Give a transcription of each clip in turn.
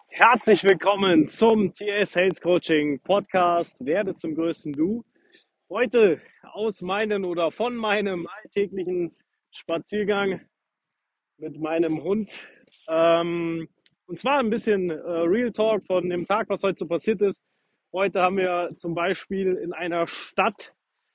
Herzlich willkommen zum TS Sales Coaching Podcast. Werde zum größten Du. Heute aus meinem oder von meinem alltäglichen Spaziergang mit meinem Hund. Und zwar ein bisschen Real Talk von dem Tag, was heute so passiert ist. Heute haben wir zum Beispiel in einer Stadt,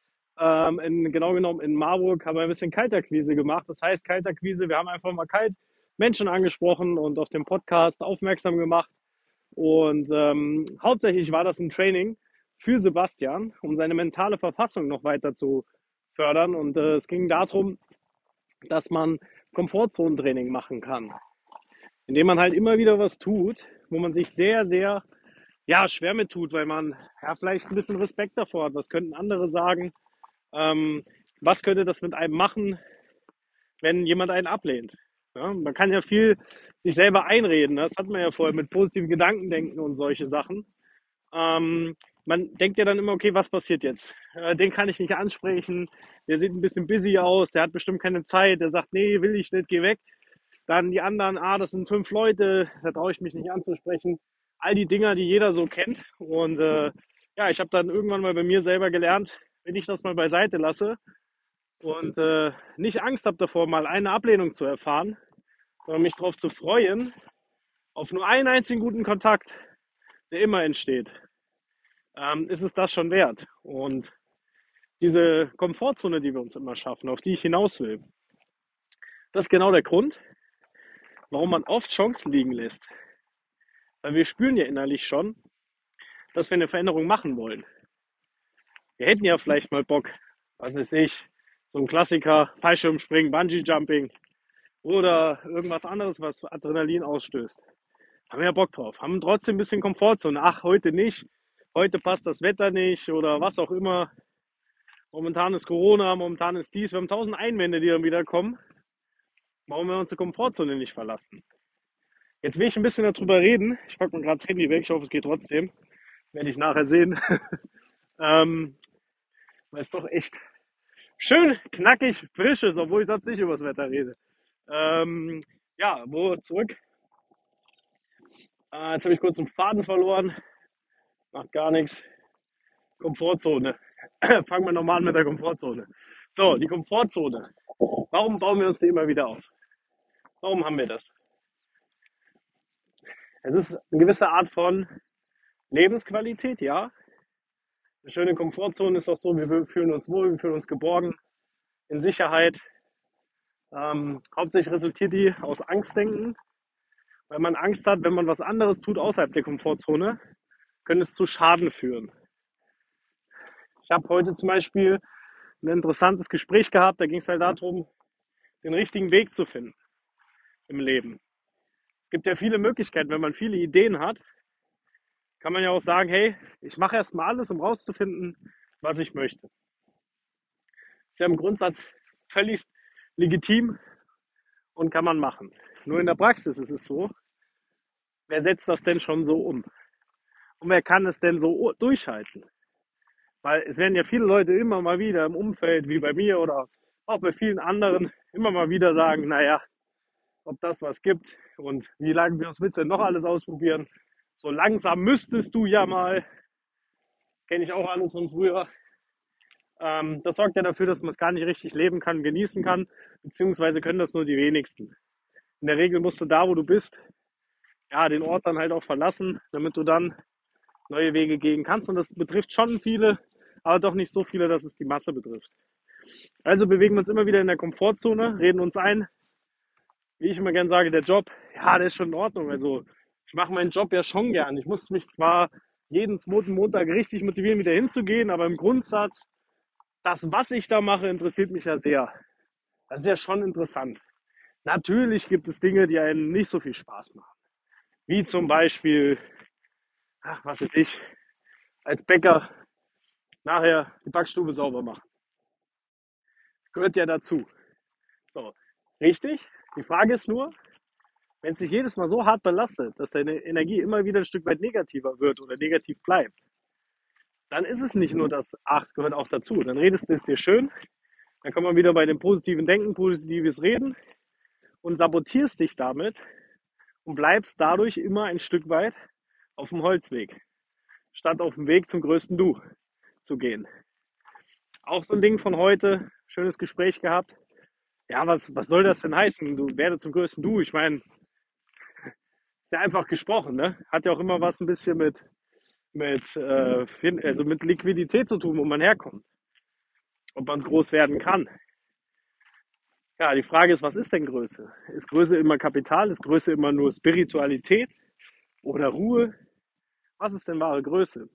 genau genommen in Marburg, haben wir ein bisschen Kaltakquise gemacht. Das heißt Kaltakquise, wir haben einfach mal kalt Menschen angesprochen und auf dem Podcast aufmerksam gemacht. Und hauptsächlich war das ein Training für Sebastian, um seine mentale Verfassung noch weiter zu fördern. Und es ging darum, dass man Komfortzonentraining machen kann, indem man halt immer wieder was tut, wo man sich sehr, sehr schwer mit tut, weil man vielleicht ein bisschen Respekt davor hat. Was könnten andere sagen? Ähm, Was könnte das mit einem machen, wenn jemand einen ablehnt? Ja, man kann ja viel sich selber einreden. Das hat man ja vorher mit positiven Gedanken denken und solche Sachen. Man denkt ja dann immer, okay, was passiert jetzt? Den kann ich nicht ansprechen, der sieht ein bisschen busy aus, der hat bestimmt keine Zeit, der sagt, nee, will ich nicht, geh weg. Dann die anderen, das sind 5 Leute, da traue ich mich nicht anzusprechen. All die Dinger, die jeder so kennt. Und ich habe dann irgendwann mal bei mir selber gelernt, wenn ich das mal beiseite lasse und nicht Angst habe davor, mal eine Ablehnung zu erfahren, sondern mich darauf zu freuen, auf nur einen einzigen guten Kontakt, der immer entsteht, ist es das schon wert. Und diese Komfortzone, die wir uns immer schaffen, auf die ich hinaus will, das ist genau der Grund, warum man oft Chancen liegen lässt. Weil wir spüren ja innerlich schon, dass wir eine Veränderung machen wollen. Wir hätten ja vielleicht mal Bock, was weiß ich, so ein Klassiker, Fallschirmspringen, Bungee-Jumping oder irgendwas anderes, was Adrenalin ausstößt. Haben wir ja Bock drauf, haben trotzdem ein bisschen Komfortzone. Ach, heute nicht, heute passt das Wetter nicht oder was auch immer. Momentan ist Corona, momentan ist dies. Wir haben 1000 Einwände, die dann wieder kommen. Warum wir unsere Komfortzone nicht verlassen? Jetzt will ich ein bisschen darüber reden. Ich packe mal gerade das Handy weg. Ich hoffe, es geht trotzdem. Werde ich nachher sehen. ähm, Weil es doch echt schön knackig frisch ist, obwohl ich sonst nicht über das Wetter rede. Wo zurück? Jetzt habe ich kurz den Faden verloren. Macht gar nichts. Komfortzone. Fangen wir nochmal an mit der Komfortzone. So, die Komfortzone. Warum bauen wir uns die immer wieder auf? Warum haben wir das? Es ist eine gewisse Art von Lebensqualität, ja. Eine schöne Komfortzone ist auch so, wir fühlen uns wohl, wir fühlen uns geborgen, in Sicherheit. Hauptsächlich resultiert die aus Angstdenken, weil man Angst hat, wenn man was anderes tut außerhalb der Komfortzone, könnte es zu Schaden führen. Ich habe heute zum Beispiel ein interessantes Gespräch gehabt, da ging es halt darum, den richtigen Weg zu finden im Leben. Es gibt ja viele Möglichkeiten, wenn man viele Ideen hat, kann man ja auch sagen, hey, ich mache erstmal alles, um rauszufinden, was ich möchte. Ist ja im Grundsatz völlig legitim und kann man machen. Nur in der Praxis ist es so, wer setzt das denn schon so um? Und wer kann es denn so durchhalten? Weil es werden ja viele Leute immer mal wieder im Umfeld, wie bei mir oder auch bei vielen anderen, immer mal wieder sagen, naja, ob das was gibt und wie lange wir uns willst denn noch alles ausprobieren? So langsam müsstest du ja mal, kenne ich auch alles von früher. Das sorgt ja dafür, dass man es gar nicht richtig leben kann, genießen kann, beziehungsweise können das nur die wenigsten. In der Regel musst du da, wo du bist, den Ort dann halt auch verlassen, damit du dann neue Wege gehen kannst. Und das betrifft schon viele, aber doch nicht so viele, dass es die Masse betrifft. Also bewegen wir uns immer wieder in der Komfortzone, reden uns ein. Wie ich immer gerne sage, der Job, ja, der ist schon in Ordnung. Also ich mache meinen Job ja schon gern. Ich muss mich zwar jeden zweiten Montag richtig motivieren, wieder hinzugehen, aber im Grundsatz, das, was ich da mache, interessiert mich ja sehr. Das ist ja schon interessant. Natürlich gibt es Dinge, die einem nicht so viel Spaß machen. Wie zum Beispiel, was weiß ich, als Bäcker nachher die Backstube sauber machen. Gehört ja dazu. So, richtig. Die Frage ist nur, wenn es dich jedes Mal so hart belastet, dass deine Energie immer wieder ein Stück weit negativer wird oder negativ bleibt, dann ist es nicht nur das, es gehört auch dazu. Dann redest du es dir schön, dann kommt man wieder bei dem positiven Denken, positives Reden und sabotierst dich damit und bleibst dadurch immer ein Stück weit auf dem Holzweg, statt auf dem Weg zum größten Du zu gehen. Auch so ein Ding von heute, schönes Gespräch gehabt. Ja, was soll das denn heißen? Du werde zum größten Du. Ich meine, ist ja einfach gesprochen, ne? Hat ja auch immer was ein bisschen mit Liquidität zu tun, wo man herkommt, ob man groß werden kann. Ja, die Frage ist, was ist denn Größe? Ist Größe immer Kapital? Ist Größe immer nur Spiritualität oder Ruhe? Was ist denn wahre Größe?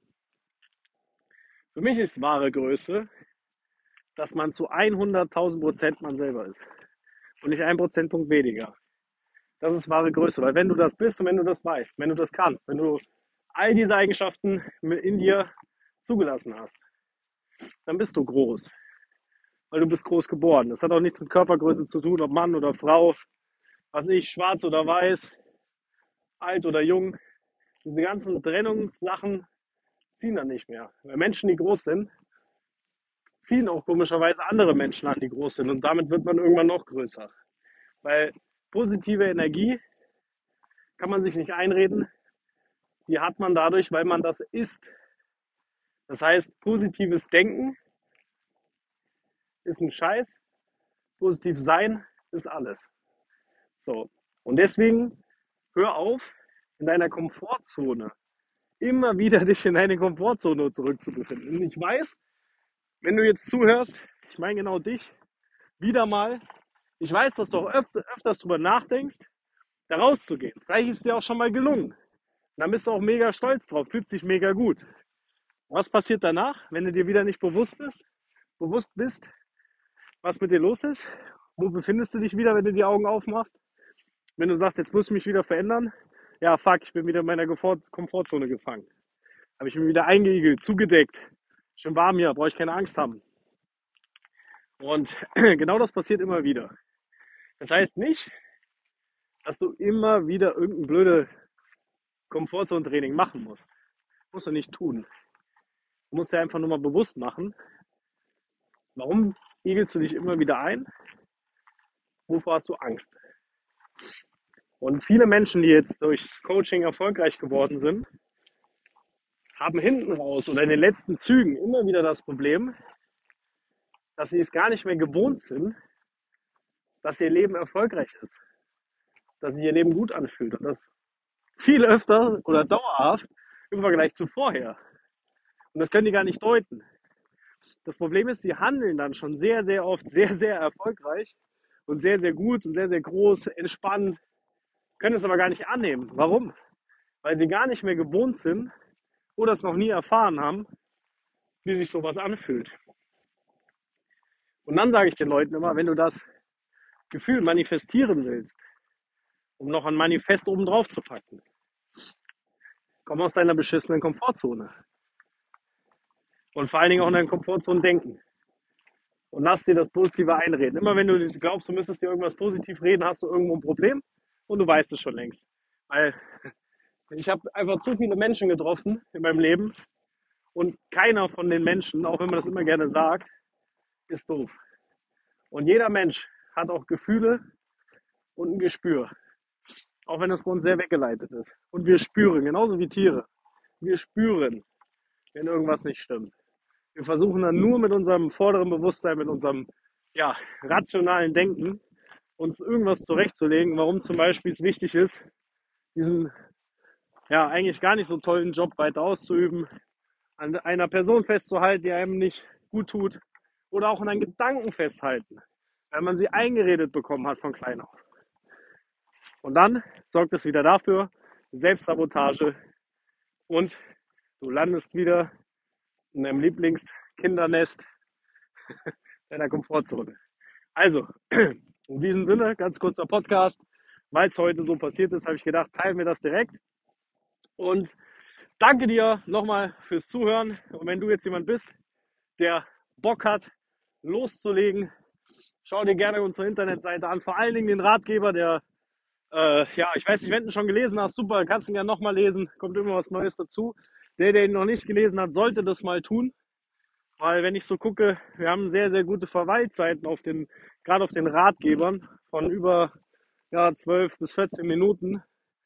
Für mich ist wahre Größe, dass man zu 100.000% man selber ist und nicht 1 Prozentpunkt weniger. Das ist wahre Größe, weil wenn du das bist und wenn du das weißt, wenn du das kannst, wenn du all diese Eigenschaften in dir zugelassen hast, dann bist du groß, weil du bist groß geboren. Das hat auch nichts mit Körpergröße zu tun, ob Mann oder Frau, was ich, schwarz oder weiß, alt oder jung. Diese ganzen Trennungssachen ziehen dann nicht mehr. Weil Menschen, die groß sind, ziehen auch komischerweise andere Menschen an, die groß sind. Und damit wird man irgendwann noch größer. Weil positive Energie kann man sich nicht einreden, die hat man dadurch, weil man das ist. Das heißt, positives Denken ist ein Scheiß, positiv sein ist alles. So. Und deswegen hör auf, in deiner Komfortzone immer wieder dich in deine Komfortzone zurückzubefinden. Und ich weiß, wenn du jetzt zuhörst, ich meine genau dich, wieder mal, ich weiß, dass du auch öfters drüber nachdenkst, da rauszugehen. Vielleicht ist dir auch schon mal gelungen. Und dann bist du auch mega stolz drauf, fühlst dich mega gut. Was passiert danach, wenn du dir wieder nicht bewusst bist, was mit dir los ist? Wo befindest du dich wieder, wenn du die Augen aufmachst? Wenn du sagst, jetzt muss ich mich wieder verändern, ja, fuck, ich bin wieder in meiner Komfortzone gefangen. Habe ich mich wieder eingeigelt, zugedeckt. Schön warm hier, brauche ich keine Angst haben. Und genau das passiert immer wieder. Das heißt nicht, dass du immer wieder irgendein blöde Komfortzone-Training machen musst. Musst du nicht tun. Du musst dir einfach nur mal bewusst machen, warum igelst du dich immer wieder ein? Wovor hast du Angst? Und viele Menschen, die jetzt durch Coaching erfolgreich geworden sind, haben hinten raus oder in den letzten Zügen immer wieder das Problem, dass sie es gar nicht mehr gewohnt sind, dass ihr Leben erfolgreich ist, dass sich ihr Leben gut anfühlt und das viel öfter oder dauerhaft im Vergleich zu vorher. Und das können die gar nicht deuten. Das Problem ist, sie handeln dann schon sehr, sehr oft sehr, sehr erfolgreich und sehr, sehr gut und sehr, sehr groß, entspannt, können es aber gar nicht annehmen. Warum? Weil sie gar nicht mehr gewohnt sind oder es noch nie erfahren haben, wie sich sowas anfühlt. Und dann sage ich den Leuten immer, wenn du das Gefühl manifestieren willst, um noch ein Manifest oben drauf zu packen, komm aus deiner beschissenen Komfortzone. Und vor allen Dingen auch in deiner Komfortzone denken. Und lass dir das Positive einreden. Immer wenn du glaubst, du müsstest dir irgendwas positiv reden, hast du irgendwo ein Problem und du weißt es schon längst. Weil ich habe einfach zu viele Menschen getroffen in meinem Leben und keiner von den Menschen, auch wenn man das immer gerne sagt, ist doof. Und jeder Mensch hat auch Gefühle und ein Gespür. Auch wenn das bei uns sehr weggeleitet ist. Und wir spüren, genauso wie Tiere. Wir spüren, wenn irgendwas nicht stimmt. Wir versuchen dann nur mit unserem vorderen Bewusstsein, mit unserem rationalen Denken, uns irgendwas zurechtzulegen, warum zum Beispiel es wichtig ist, diesen eigentlich gar nicht so tollen Job weiter auszuüben, an einer Person festzuhalten, die einem nicht gut tut, oder auch an einen Gedanken festhalten, weil man sie eingeredet bekommen hat von klein auf. Und dann sorgt es wieder dafür, Selbstsabotage, und du landest wieder in deinem Lieblingskindernest deiner Komfortzone. Also, in diesem Sinne, ganz kurzer Podcast, weil es heute so passiert ist, habe ich gedacht, teilen wir das direkt. Und danke dir nochmal fürs Zuhören. Und wenn du jetzt jemand bist, der Bock hat, loszulegen, schau dir gerne unsere Internetseite an. Vor allen Dingen den Ratgeber, der, ich weiß nicht, wenn du schon gelesen hast, super, kannst du ihn gerne nochmal lesen, kommt immer was Neues dazu. Der ihn noch nicht gelesen hat, sollte das mal tun. Weil wenn ich so gucke, wir haben sehr, sehr gute Verweilzeiten gerade auf den Ratgebern von über 12 bis 14 Minuten.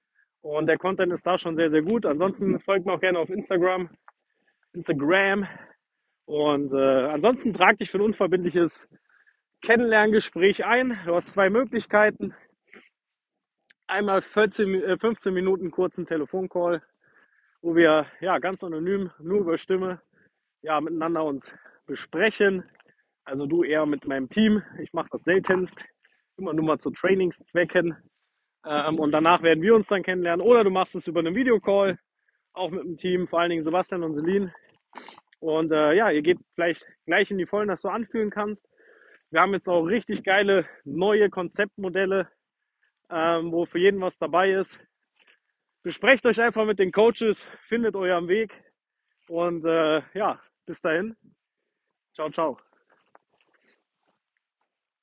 Und der Content ist da schon sehr, sehr gut. Ansonsten folgt mir auch gerne auf Instagram. Und ansonsten trag dich für ein unverbindliches Kennenlerngespräch ein. Du hast zwei Möglichkeiten. Einmal 15 Minuten kurzen Telefoncall, wo wir ja ganz anonym nur über Stimme ja miteinander uns besprechen. Also du eher mit meinem Team. Ich mache das seltenst, immer nur mal zu Trainingszwecken. Und danach werden wir uns dann kennenlernen. Oder du machst es über einen Videocall, auch mit dem Team, vor allen Dingen Sebastian und Celine. Und ja, ihr geht vielleicht gleich in die Vollen, dass du anfühlen kannst. Wir haben jetzt auch richtig geile neue Konzeptmodelle, wo für jeden was dabei ist. Besprecht euch einfach mit den Coaches, findet euren Weg und ja, bis dahin. Ciao, ciao.